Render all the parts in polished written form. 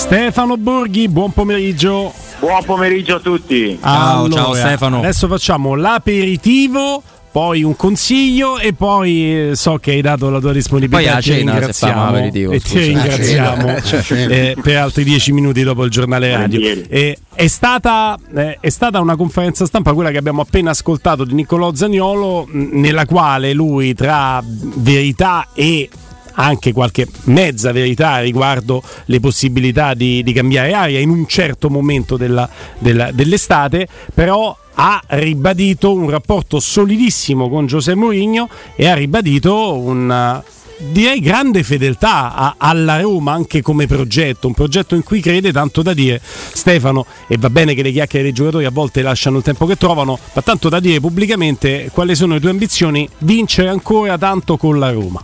Stefano Borghi, buon pomeriggio. Buon pomeriggio a tutti. Ciao Stefano. Adesso facciamo l'aperitivo, poi un consiglio e poi so che hai dato la tua disponibilità. Poi a cena se fa l'aperitivo. E ti ringraziamo per altri 10 minuti dopo il giornale radio. È stata una conferenza stampa, quella che abbiamo appena ascoltato, di Niccolò Zaniolo, nella quale lui, tra verità e anche qualche mezza verità riguardo le possibilità di cambiare aria in un certo momento dell'estate, però ha ribadito un rapporto solidissimo con José Mourinho e ha ribadito direi grande fedeltà alla Roma anche come progetto, un progetto in cui crede, tanto da dire, Stefano, e va bene che le chiacchiere dei giocatori a volte lasciano il tempo che trovano, ma tanto da dire pubblicamente quali sono le tue ambizioni: vincere ancora tanto con la Roma.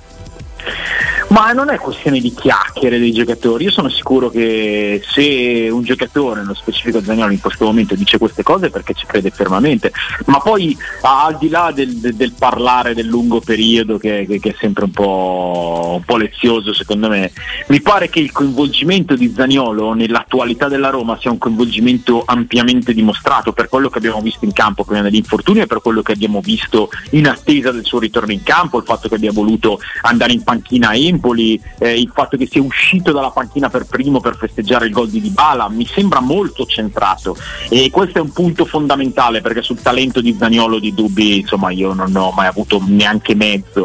Ma non è questione di chiacchiere dei giocatori. Io sono sicuro che se un giocatore, nello specifico Zaniolo, in questo momento dice queste cose, perché ci crede fermamente. Ma poi, al di là del parlare del lungo periodo, che è sempre un po' lezioso secondo me, mi pare che il coinvolgimento di Zaniolo nell'attualità della Roma sia un coinvolgimento ampiamente dimostrato, per quello che abbiamo visto in campo prima dell'infortunio e per quello che abbiamo visto in attesa del suo ritorno in campo, il fatto che abbia voluto andare in panchina a Empoli, il fatto che sia uscito dalla panchina per primo per festeggiare il gol di Dybala, mi sembra molto centrato, e questo è un punto fondamentale, perché sul talento di Zaniolo di dubbi insomma io non ho mai avuto neanche mezzo.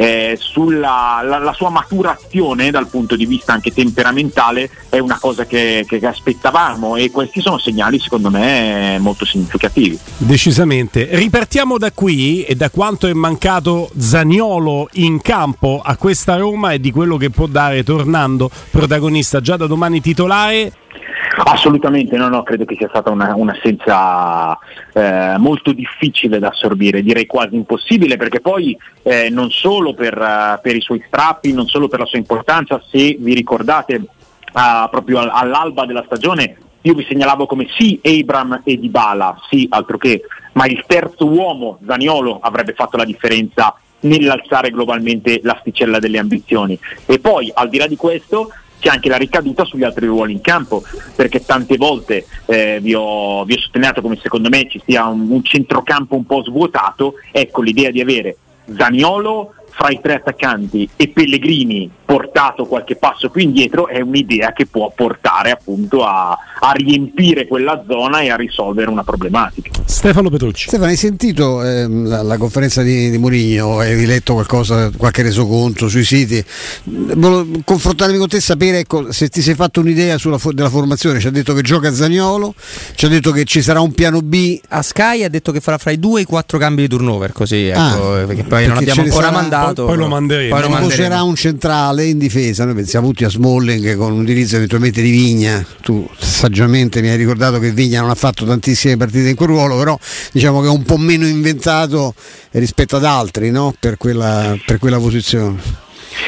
La sua maturazione dal punto di vista anche temperamentale è una cosa che aspettavamo, e questi sono segnali secondo me molto significativi. Decisamente. Ripartiamo da qui e da quanto è mancato Zaniolo in campo a questa Roma e di quello che può dare tornando protagonista già da domani titolare. Assolutamente no, credo che sia stata un'assenza molto difficile da assorbire, direi quasi impossibile, perché poi non solo per i suoi strappi, non solo per la sua importanza, se vi ricordate proprio all'alba della stagione io vi segnalavo come sì Abraham e Dybala, sì altro che, ma il terzo uomo, Zaniolo, avrebbe fatto la differenza nell'alzare globalmente l'asticella delle ambizioni. E poi al di là di questo c'è anche la ricaduta sugli altri ruoli in campo, perché tante volte vi ho sottolineato come secondo me ci sia un centrocampo un po' svuotato. Ecco, l'idea di avere Zaniolo fra i tre attaccanti e Pellegrini portato qualche passo più indietro è un'idea che può portare appunto a riempire quella zona e a risolvere una problematica. Stefano Petrucci. Stefano, hai sentito la conferenza di Mourinho? Hai letto qualcosa, qualche resoconto sui siti? Volevo confrontarmi con te, sapere, ecco, se ti sei fatto un'idea della formazione. Ci ha detto che gioca Zaniolo, ci ha detto che ci sarà un piano B. A Sky ha detto che farà fra i 2 e i 4 cambi di turnover, così ecco, perché poi non abbiamo ancora mandato. Poi lo manderemo. Poi c'era un centrale in difesa, noi pensiamo tutti a Smalling con un utilizzo eventualmente di Vigna. Tu saggiamente mi hai ricordato che Vigna non ha fatto tantissime partite in quel ruolo, però diciamo che è un po' meno inventato rispetto ad altri, no? Per quella posizione.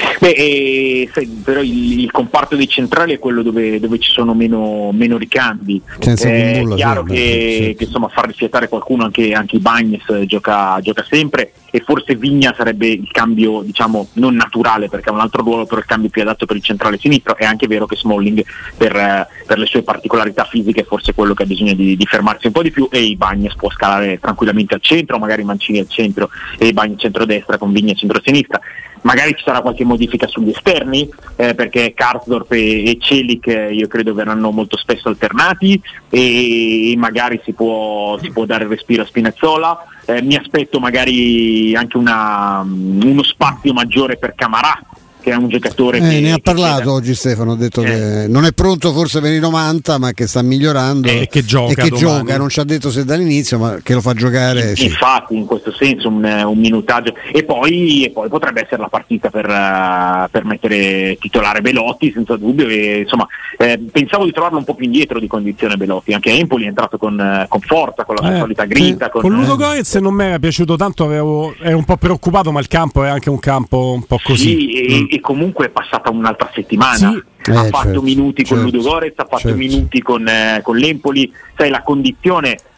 Però il comparto dei centrali è quello dove ci sono meno ricambi. È chiaro che insomma far rifiatare qualcuno, anche Ibañez gioca sempre, e forse Vigna sarebbe il cambio, diciamo, non naturale, perché ha un altro ruolo, però il cambio più adatto per il centrale sinistro. È anche vero che Smalling per le sue particolarità fisiche è forse quello che ha bisogno di fermarsi un po' di più, e Ibañez può scalare tranquillamente al centro, magari Mancini al centro e Ibañez centrodestra con Vigna centrosinistra. Magari ci sarà qualche modifica sugli esterni, perché Karsdorp e Celik io credo verranno molto spesso alternati, e magari si può dare il respiro a Spinazzola. Mi aspetto magari anche uno spazio maggiore per Camarà, che è un giocatore ne ha parlato oggi Stefano, ha detto che non è pronto forse per i 90, ma che sta migliorando e che gioca, non ci ha detto se dall'inizio, ma che lo fa giocare. Infatti, in questo senso un minutaggio, e poi potrebbe essere la partita per mettere titolare Belotti senza dubbio, e insomma pensavo di trovarlo un po' più indietro di condizione Belotti. Anche Empoli è entrato con forza, con la sua solita grinta, con Ludogorets non mi era piaciuto tanto, ero un po' preoccupato, ma il campo è anche un campo un po' così. E comunque è passata un'altra settimana, ha fatto minuti con Ludogorets, ha fatto minuti con l'Empoli, sai, la condizione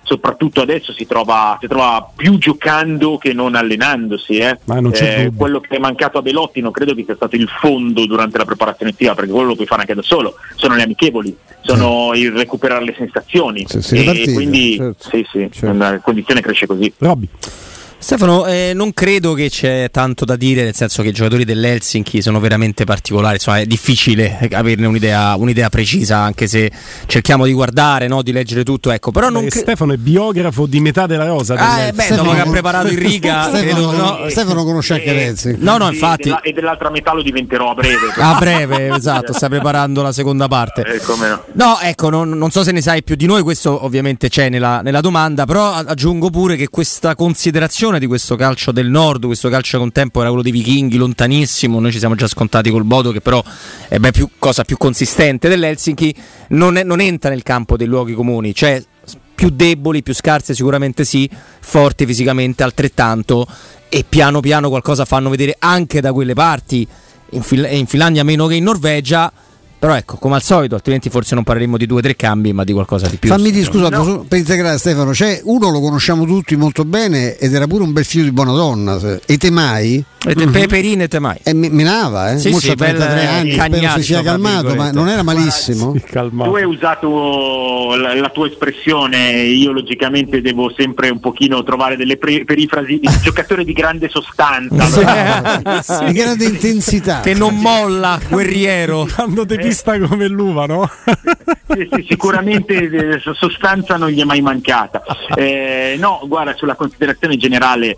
soprattutto adesso si trova più giocando che non allenandosi. Ma non c'è dubbio. Quello che è mancato a Belotti non credo che sia stato il fondo durante la preparazione estiva, perché quello lo puoi fare anche da solo, sono le amichevoli, sono il recuperare le sensazioni, e quindi certo. La condizione cresce così. Robby. Stefano, non credo che c'è tanto da dire, nel senso che i giocatori dell'Helsinki sono veramente particolari, insomma è difficile averne un'idea precisa, anche se cerchiamo di guardare, no, di leggere tutto, ecco. Però Stefano è biografo di metà della rosa. Dopo che ha preparato in riga Stefano conosce anche Helsinki. No, infatti. E dell'altra metà lo diventerò a breve. A breve, esatto, sta preparando la seconda parte. Come no? No, ecco, non so se ne sai più di noi, questo ovviamente c'è nella domanda, però aggiungo pure che questa considerazione di questo calcio del nord, questo calcio contempo era quello dei vichinghi, lontanissimo, noi ci siamo già scontati col Bodo che però è cosa più consistente dell'Helsinki, non entra nel campo dei luoghi comuni, cioè più deboli, più scarse sicuramente sì, forti fisicamente altrettanto, e piano piano qualcosa fanno vedere anche da quelle parti, in Finlandia meno che in Norvegia. Però ecco, come al solito, altrimenti forse non parleremo di 2 o 3 cambi, ma di qualcosa di più. Fammi dire, scusa, per integrare Stefano, c'è uno, lo conosciamo tutti molto bene ed era pure un bel figlio di buona donna, e Temai. Peperine Temai. Menava, Sì, ha 33 anni, spero si sia calmato, ma non era malissimo. Tu hai usato la tua espressione, io logicamente devo sempre un pochino trovare delle perifrasi, di giocatore di grande sostanza. Di grande intensità. Che non molla, guerriero. Quando te pista come l'uva, no? Sì, sicuramente sostanza non gli è mai mancata. No, guarda, sulla considerazione generale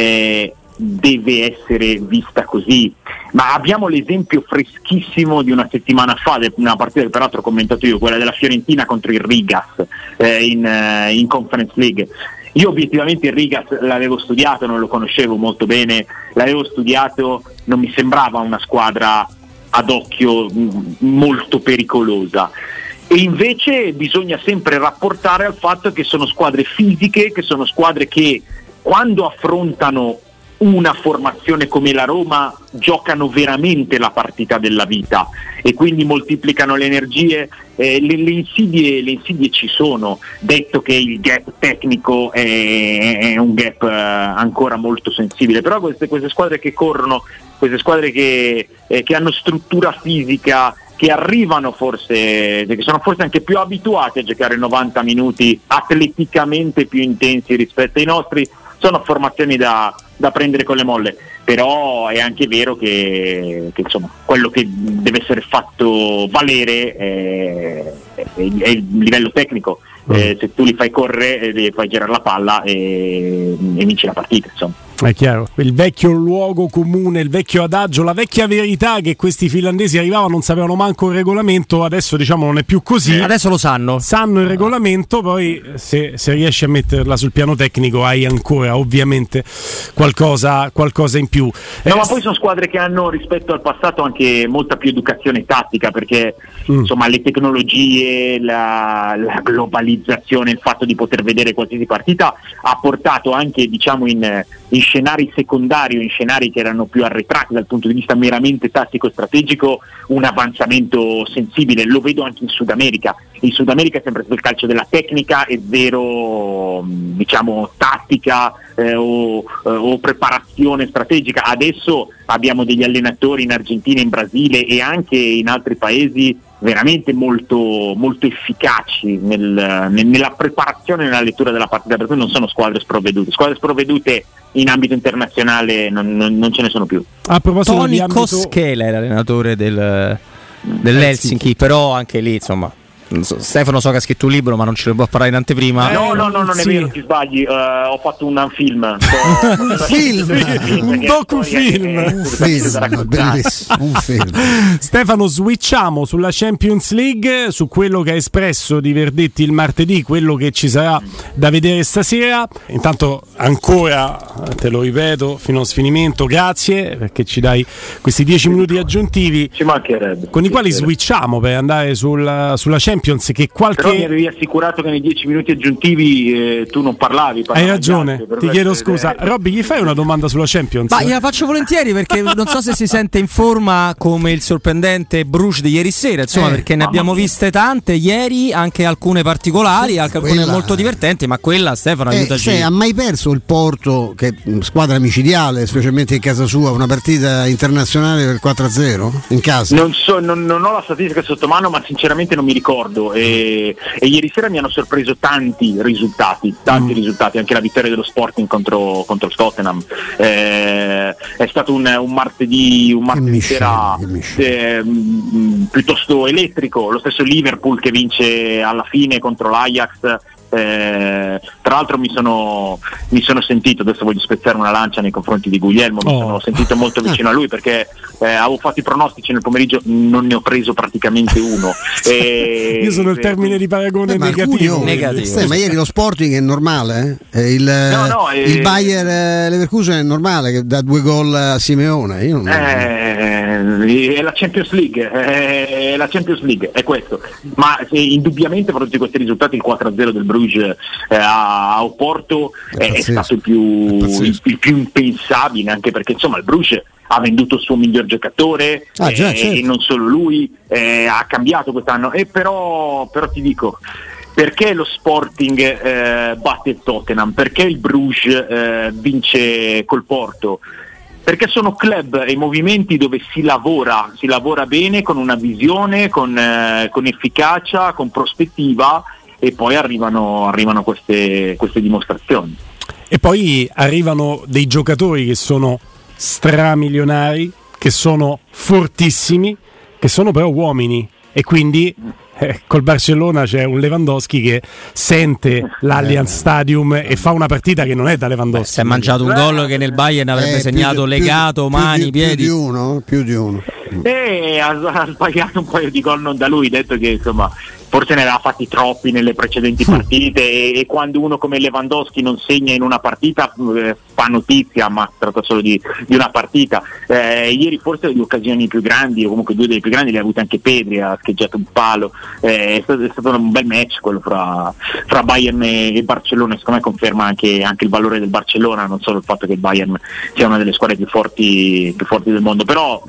deve essere vista così, ma abbiamo l'esempio freschissimo di una settimana fa, una partita che peraltro ho commentato io, quella della Fiorentina contro il Rigas in Conference League. Io obiettivamente il Rigas l'avevo studiato, non lo conoscevo molto bene, l'avevo studiato, non mi sembrava una squadra ad occhio molto pericolosa, e invece bisogna sempre rapportare al fatto che sono squadre fisiche, che sono squadre che quando affrontano una formazione come la Roma giocano veramente la partita della vita e quindi moltiplicano le energie. Le insidie ci sono, detto che il gap tecnico è un gap ancora molto sensibile, però queste squadre che corrono, queste squadre che hanno struttura fisica, che arrivano che sono forse anche più abituate a giocare 90 minuti atleticamente più intensi rispetto ai nostri, sono formazioni da prendere con le molle. Però è anche vero che insomma quello che deve essere fatto valere è il livello tecnico. Se tu li fai correre, fai girare la palla e vinci la partita, insomma. È chiaro, il vecchio luogo comune, il vecchio adagio, la vecchia verità che questi finlandesi arrivavano, non sapevano manco il regolamento, adesso diciamo non è più così. Adesso lo sanno il regolamento, poi se riesci a metterla sul piano tecnico hai ancora ovviamente qualcosa in più. No, ma poi sono squadre che hanno rispetto al passato anche molta più educazione tattica, perché insomma le tecnologie, la globalizzazione, il fatto di poter vedere qualsiasi partita ha portato anche diciamo in scenari secondari o in scenari che erano più arretrati dal punto di vista meramente tattico-strategico un avanzamento sensibile. Lo vedo anche in Sud America. In Sud America è sempre stato il calcio della tecnica e zero diciamo tattica o preparazione strategica. Adesso abbiamo degli allenatori in Argentina, in Brasile e anche in altri paesi veramente molto, molto efficaci nella preparazione e nella lettura della partita, per cui non sono squadre sprovvedute in ambito internazionale, non ce ne sono più. A proposito Toni di ambito... Koskela era allenatore dell'Helsinki, però anche lì insomma Stefano so che ha scritto un libro ma non ce ne può parlare in anteprima. No, non è vero, ti sbagli, ho fatto un film. Un docufilm. Un film. Stefano, switchiamo sulla Champions League, su quello che ha espresso Di Verdetti il martedì, quello che ci sarà da vedere stasera. Intanto ancora, te lo ripeto, fino a sfinimento, grazie perché ci dai questi 10 minuti aggiuntivi ci mancherebbe, con i quali switchiamo per andare sulla Champions Champions che qualche... Però mi avevi assicurato che nei 10 minuti aggiuntivi tu non parlavi. Hai ragione, ti chiedo scusa. Robby, gli fai una domanda sulla Champions? Ma gliela faccio volentieri, perché non so se si sente in forma come il sorprendente Bruges di ieri sera, insomma, perché ne abbiamo viste tante ieri, anche alcune particolari, anche alcune molto divertenti, ma quella, Stefano, aiutaci. Ha mai perso il Porto, che squadra micidiale, specialmente in casa sua, una partita internazionale per 4-0 in casa? Non ho la statistica sotto mano, ma sinceramente non mi ricordo, e ieri sera mi hanno sorpreso tanti risultati, anche la vittoria dello Sporting contro il Tottenham, è stato un martedì sera piuttosto elettrico, lo stesso Liverpool che vince alla fine contro l'Ajax. Tra l'altro mi sono sentito, adesso voglio spezzare una lancia nei confronti di Guglielmo, mi sono sentito molto vicino a lui, perché avevo fatto i pronostici nel pomeriggio, non ne ho preso praticamente uno. Io sono il termine di paragone negativo. Ma ieri lo Sporting è normale, il Bayer Leverkusen è normale che dà 2 gol a Simeone. Io non... è la Champions League, è questo, ma indubbiamente per tutti questi risultati il 4-0 del Bruges a Oporto è stato il più impensabile, anche perché insomma il Bruges ha venduto il suo miglior giocatore, e non solo lui, ha cambiato quest'anno, e però ti dico, perché lo Sporting batte il Tottenham, perché il Bruges vince col Porto? Perché sono club e movimenti dove si lavora bene, con una visione, con efficacia, con prospettiva, e poi arrivano queste dimostrazioni. E poi arrivano dei giocatori che sono stramilionari, che sono fortissimi, che sono però uomini, e quindi col Barcellona c'è un Lewandowski che sente l'Allianz Stadium e fa una partita che non è da Lewandowski. Si è mangiato un gol che nel Bayern avrebbe segnato legato, mani, piedi. Più di uno. Ha sbagliato un paio di gol non da lui, detto che insomma forse ne aveva fatti troppi nelle precedenti partite, e quando uno come Lewandowski non segna in una partita fa notizia, ma si tratta solo di una partita. Ieri forse le occasioni più grandi, o comunque 2 delle più grandi, le ha avute anche Pedri, ha scheggiato un palo. È stato un bel match quello fra Bayern e Barcellona, secondo me conferma anche il valore del Barcellona, non solo il fatto che il Bayern sia una delle squadre più forti del mondo, però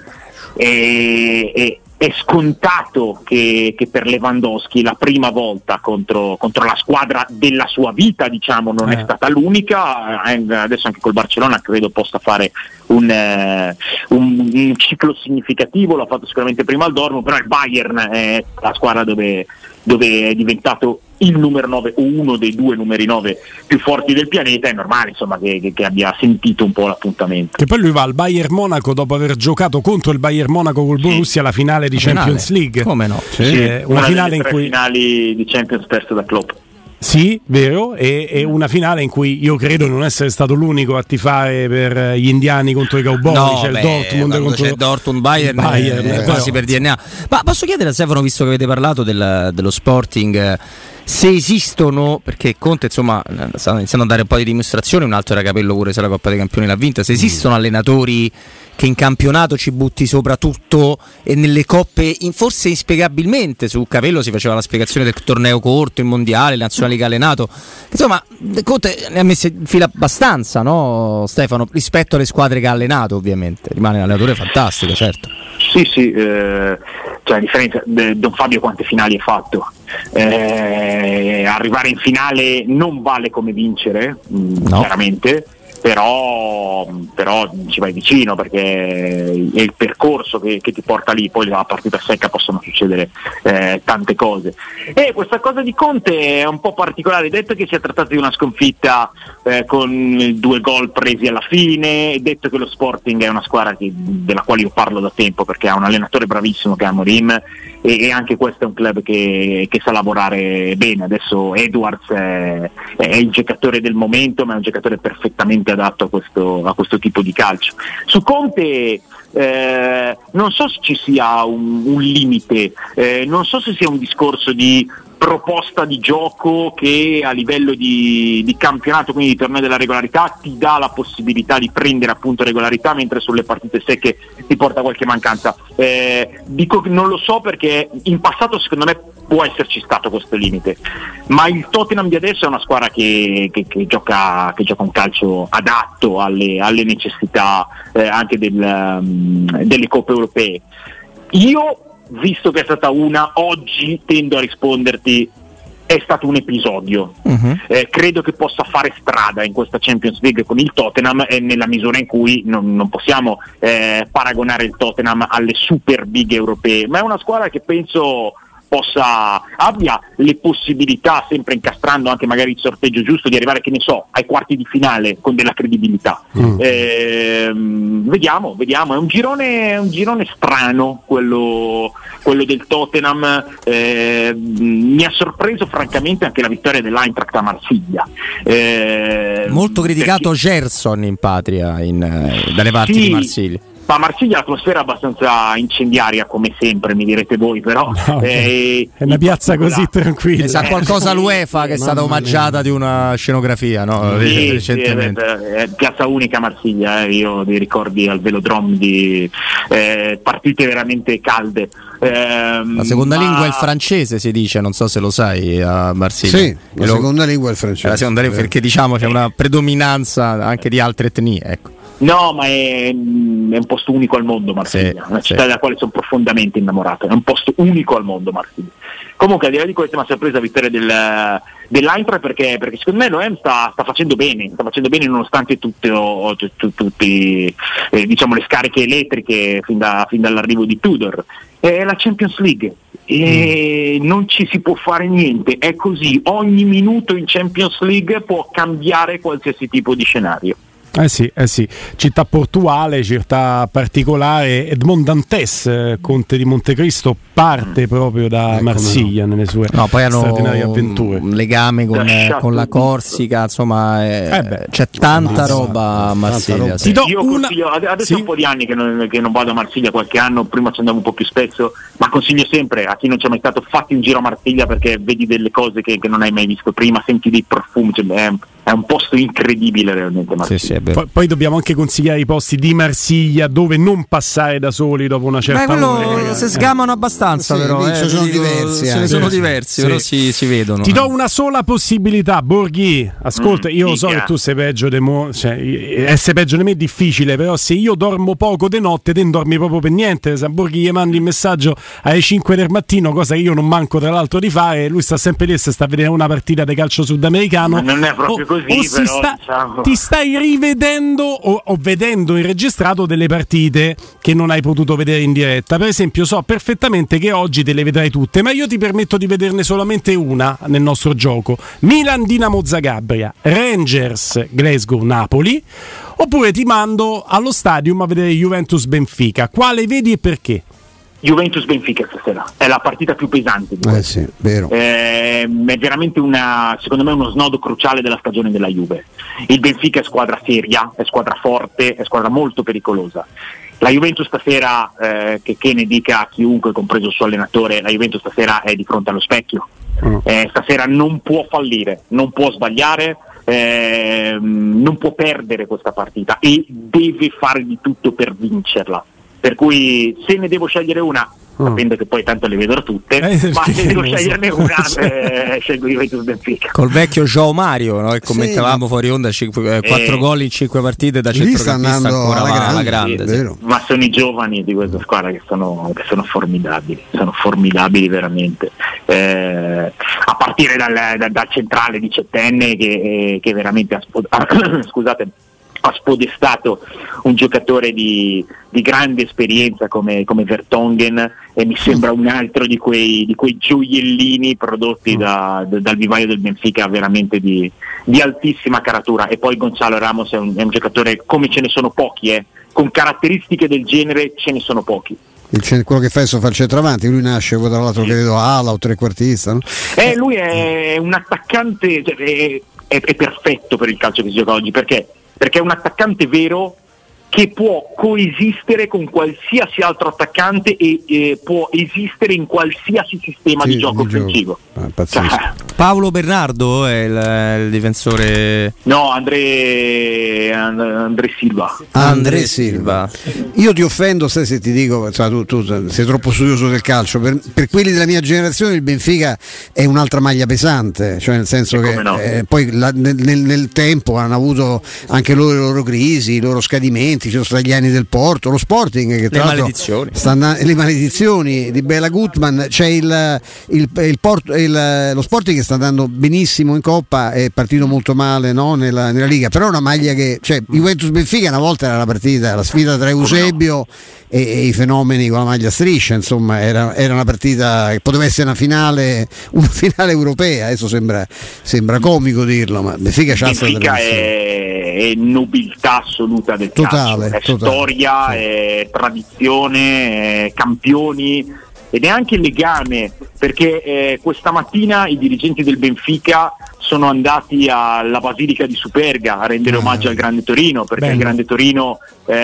è scontato che per Lewandowski la prima volta contro la squadra della sua vita, diciamo, non è stata l'unica. Adesso anche col Barcellona credo possa fare un ciclo significativo, l'ha fatto sicuramente prima al Dortmund, però il Bayern è la squadra dove è diventato il numero 9 o uno dei 2 numeri 9 più forti del pianeta. È normale insomma che abbia sentito un po' l'appuntamento. Che poi lui va al Bayern Monaco dopo aver giocato contro il Bayern Monaco col Borussia alla finale di Champions League. Come no? Una finale in cui finali di Champions perse da Klopp. Sì, vero, e una finale in cui io credo non essere stato l'unico a tifare per gli indiani contro i cowboy, c'è il Dortmund contro c'è Dortmund Bayern quasi per DNA. Ma posso chiedere a Stefano, visto che avete parlato dello Sporting, se esistono, perché Conte insomma sta iniziando a dare un po' di dimostrazione, un altro era Capello pure se la Coppa dei Campioni l'ha vinta, se esistono allenatori che in campionato ci butti sopra tutto, e nelle coppe forse inspiegabilmente, su Capello si faceva la spiegazione del torneo corto, il mondiale, le nazionali che ha allenato, insomma Conte ne ha messe in fila abbastanza, no Stefano, rispetto alle squadre che ha allenato. Ovviamente rimane un allenatore fantastico, certo. Sì, cioè a differenza Don Fabio quante finali ha fatto, arrivare in finale non vale come vincere, chiaramente, però ci vai vicino, perché è il percorso che ti porta lì. Poi la partita secca possono succedere tante cose, e questa cosa di Conte è un po' particolare, detto che si è trattato di una sconfitta con 2 gol presi alla fine, detto che lo Sporting è una squadra della quale io parlo da tempo, perché ha un allenatore bravissimo che è Amorim, e anche questo è un club che sa lavorare bene. Adesso Edwards è il giocatore del momento, ma è un giocatore perfettamente adatto a questo tipo di calcio. Su Conte non so se ci sia un limite, non so se sia un discorso di proposta di gioco che a livello di campionato, quindi di torneo della regolarità, ti dà la possibilità di prendere appunto regolarità, mentre sulle partite secche ti porta qualche mancanza. Dico che non lo so perché in passato secondo me può esserci stato questo limite, ma il Tottenham di adesso è una squadra che gioca un calcio adatto alle necessità anche delle coppe europee. Io, visto che è stata oggi tendo a risponderti, è stato un episodio. Credo che possa fare strada in questa Champions League con il Tottenham, nella misura in cui non possiamo paragonare il Tottenham alle super big europee, ma è una squadra che penso abbia le possibilità, sempre incastrando anche magari il sorteggio giusto, di arrivare, che ne so, ai quarti di finale con della credibilità. Vediamo, è un girone strano quello del Tottenham. Mi ha sorpreso francamente anche la vittoria dell'Eintracht a Marsiglia, molto criticato perché Gerson in patria dalle parti di Marsiglia. Ma a Marsiglia l'atmosfera è abbastanza incendiaria come sempre, mi direte voi, però no, è una piazza così tranquilla. Sa qualcosa l'UEFA che è stata omaggiata di una scenografia, no? Recentemente. Piazza unica a Marsiglia, io ho dei ricordi al Velodrome di partite veramente calde. La seconda lingua è il francese, si dice, non so se lo sai, a Marsiglia. Sì, la seconda lingua è il francese. La seconda lingua, perché diciamo c'è una predominanza anche di altre etnie, ecco. No, ma è un posto unico al mondo Marsiglia, una città della quale sono profondamente innamorato, è un posto unico al mondo Marsiglia. Comunque, al di là di questo, mi ha sorpresa la vittoria dell'Eintracht perché secondo me l'OM sta facendo bene nonostante tutti diciamo le scariche elettriche fin dall'arrivo di Tudor. È la Champions League e non ci si può fare niente, è così, ogni minuto in Champions League può cambiare qualsiasi tipo di scenario. Sì, città portuale, città particolare. Edmond Dantes, conte di Montecristo, parte proprio da Marsiglia nelle sue poi straordinarie avventure. Un legame con la Corsica, insomma, c'è tanta roba a Marsiglia. Io consiglio, adesso è un po' di anni che non vado a Marsiglia, qualche anno, prima ci andavo un po' più spesso, ma consiglio sempre a chi non c'è mai stato, fatti un giro a Marsiglia perché vedi delle cose che non hai mai visto prima, senti dei profumi, è un posto incredibile realmente Marsiglia. Poi dobbiamo anche consigliare i posti di Marsiglia dove non passare da soli dopo una certa ora. Si sgamano abbastanza, però sono diversi, ce ne sono diversi, però si vedono. Ti do una sola possibilità, Borghi. Ascolta, io so che tu sei peggio di me, essere peggio di me è difficile, però se io dormo poco di notte, te non dormi proprio per niente. Se a Borghi gli mandi il messaggio alle 5 del mattino, cosa che io non manco tra l'altro di fare, lui sta sempre lì e sta a vedere una partita di calcio sudamericano. Ma non è proprio così, però ti stai rivedendo o vedendo in registrato delle partite che non hai potuto vedere in diretta. Per esempio, so perfettamente che oggi te le vedrai tutte, ma io ti permetto di vederne solamente una nel nostro gioco: Milan Dinamo Zagabria, Rangers Glasgow Napoli, oppure ti mando allo stadium a vedere Juventus Benfica. Quale vedi e perché? Juventus Benfica stasera è la partita più pesante di sì, vero. È veramente secondo me uno snodo cruciale della stagione della Juve. Il Benfica è squadra seria, è squadra forte, è squadra molto pericolosa. La Juventus stasera, che ne dica chiunque, compreso il suo allenatore, la Juventus stasera è di fronte allo specchio. Stasera non può fallire, non può sbagliare, non può perdere questa partita e deve fare di tutto per vincerla. Per cui se ne devo scegliere una, sapendo che poi tanto le vedrò tutte, ma se devo sceglierne una, scelgo Juventus Benfica. Col vecchio João Mario, no? Che commentavamo fuori onda, 4 gol in 5 partite da centrocampista, ancora alla grande. Sì. Ma sono i giovani di questa squadra che sono formidabili veramente. A partire dal centrale diciottenne che veramente scusate, ha spodestato un giocatore di grande esperienza come Vertonghen, e mi sembra un altro di quei gioiellini prodotti dal vivaio del Benfica, veramente di altissima caratura. E poi Gonzalo Ramos è un giocatore come ce ne sono pochi, con caratteristiche del genere ce ne sono pochi. Quello che fa adesso fa il centravanti, lui nasce tra l'altro credo ala o trequartista, no? Lui è un attaccante, è perfetto per il calcio che si gioca oggi, perché è un attaccante vero che può coesistere con qualsiasi altro attaccante e può esistere in qualsiasi sistema di gioco offensivo. Paolo Bernardo è il difensore. No, André Silva. André Silva. Io ti offendo se ti dico, tu sei troppo studioso del calcio. Per quelli della mia generazione il Benfica è un'altra maglia pesante, cioè nel senso che no. Poi nel tempo hanno avuto anche loro le loro crisi, i loro scadimenti. Ci sono stati gli anni del Porto, lo Sporting che tra l'altro le maledizioni di Bela Gutmann. C'è lo Sporting che sta andando benissimo in Coppa, è partito molto male, no? nella Liga, però è una maglia che, cioè, Juventus Benfica una volta era la sfida tra Eusebio e i fenomeni con la maglia striscia, insomma era una partita che poteva essere una finale europea. Adesso sembra comico dirlo, ma Benfica è nobiltà assoluta del calcio, è storia, sì. È tradizione, è campioni ed è anche legame, perché questa mattina i dirigenti del Benfica sono andati alla Basilica di Superga a rendere omaggio al Grande Torino, perché il Grande Torino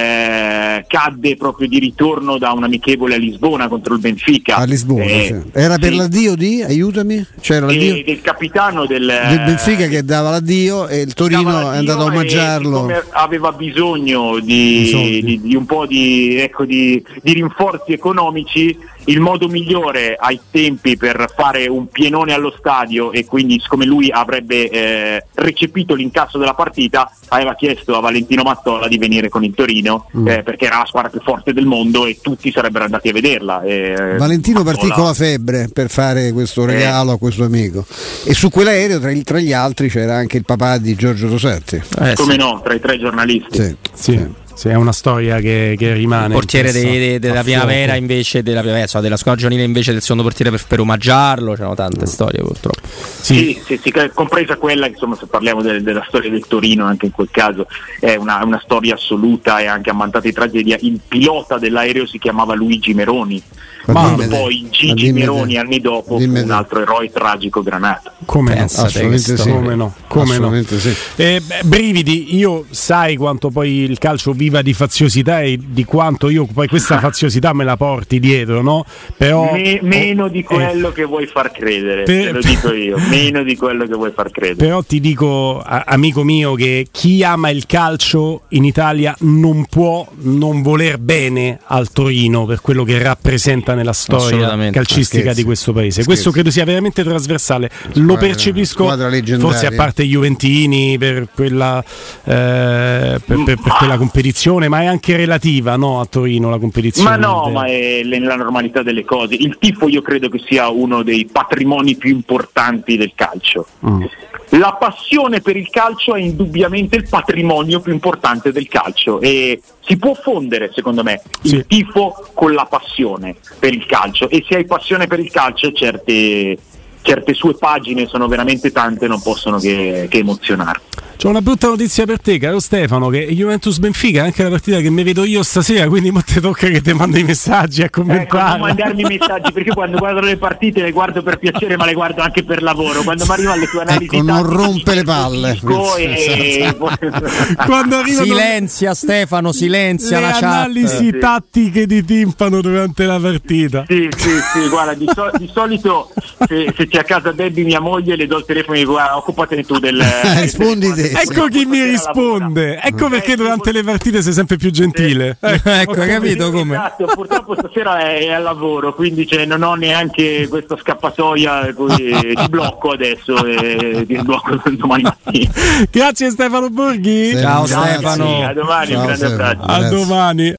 cadde proprio di ritorno da un amichevole a Lisbona contro il Benfica. A Lisbona, era per l'addio di, aiutami, c'era l'addio del capitano del Benfica che dava l'addio e il Torino è andato a omaggiarlo. Come aveva bisogno di un po' di rinforzi economici, il modo migliore ai tempi per fare un pienone allo stadio, e quindi siccome lui avrebbe recepito l'incasso della partita, aveva chiesto a Valentino Mazzola di venire con il Torino, perché era la squadra più forte del mondo e tutti sarebbero andati a vederla. Valentino partì con la febbre per fare questo regalo a questo amico, e su quell'aereo tra gli altri c'era anche il papà di Giorgio Rossetti. Come no, tra i 3 giornalisti. Sì. Sì, è una storia che rimane. Il portiere della primavera invece della squadra giovanile invece del secondo portiere per omaggiarlo. C'erano tante storie purtroppo. Sì, compresa quella che, insomma, se parliamo della storia del Torino, anche in quel caso è una storia assoluta e anche ammantata di tragedia. Il pilota dell'aereo si chiamava Luigi Meroni. Poi Gigi Meroni anni dopo fu un altro eroe tragico granato. Come no? Assolutamente sì. Come no? Sì. Brividi, io sai quanto poi il calcio viva di faziosità e di quanto io poi questa faziosità me la porti dietro, no? Però meno di quello che vuoi far credere, te lo dico io, meno di quello che vuoi far credere. Però ti dico, amico mio, che chi ama il calcio in Italia non può non voler bene al Torino per quello che rappresenta nella storia calcistica di questo paese. Questo credo sia veramente trasversale. Lo percepisco, forse a parte gli Juventini per quella per quella competizione, ma è anche relativa, no, a Torino la competizione. Ma è nella normalità delle cose. Il tifo io credo che sia uno dei patrimoni più importanti del calcio. La passione per il calcio è indubbiamente il patrimonio più importante del calcio, e si può fondere, secondo me, il tifo con la passione per il calcio, e se hai passione per il calcio certe sue pagine sono veramente tante, non possono che emozionare. C'ho una brutta notizia per te, caro Stefano, che Juventus Benfica è anche la partita che mi vedo io stasera, quindi mo te tocca che ti mando i messaggi a commentare. Non mandarmi i messaggi, perché quando guardo le partite le guardo per piacere, ma le guardo anche per lavoro. Quando mi arrivano le tue analisi non rompe le palle. Quando arrivano silenzia Stefano, silenzia le la chat. analisi tattiche di timpano durante la partita. Sì, guarda, di solito se c'è a casa Debbie, mia moglie, le do il telefono e dico: occupatene tu del rispondi te. Ecco chi mi risponde, ecco perché durante le partite sei sempre più gentile. Ecco, hai capito come? Esatto, purtroppo stasera è al lavoro, quindi non ho neanche questa scappatoia, ci blocco adesso e ti blocco domani mattina. Grazie Stefano Borghi. Ciao Stefano. A domani, un grande abbraccio. A domani.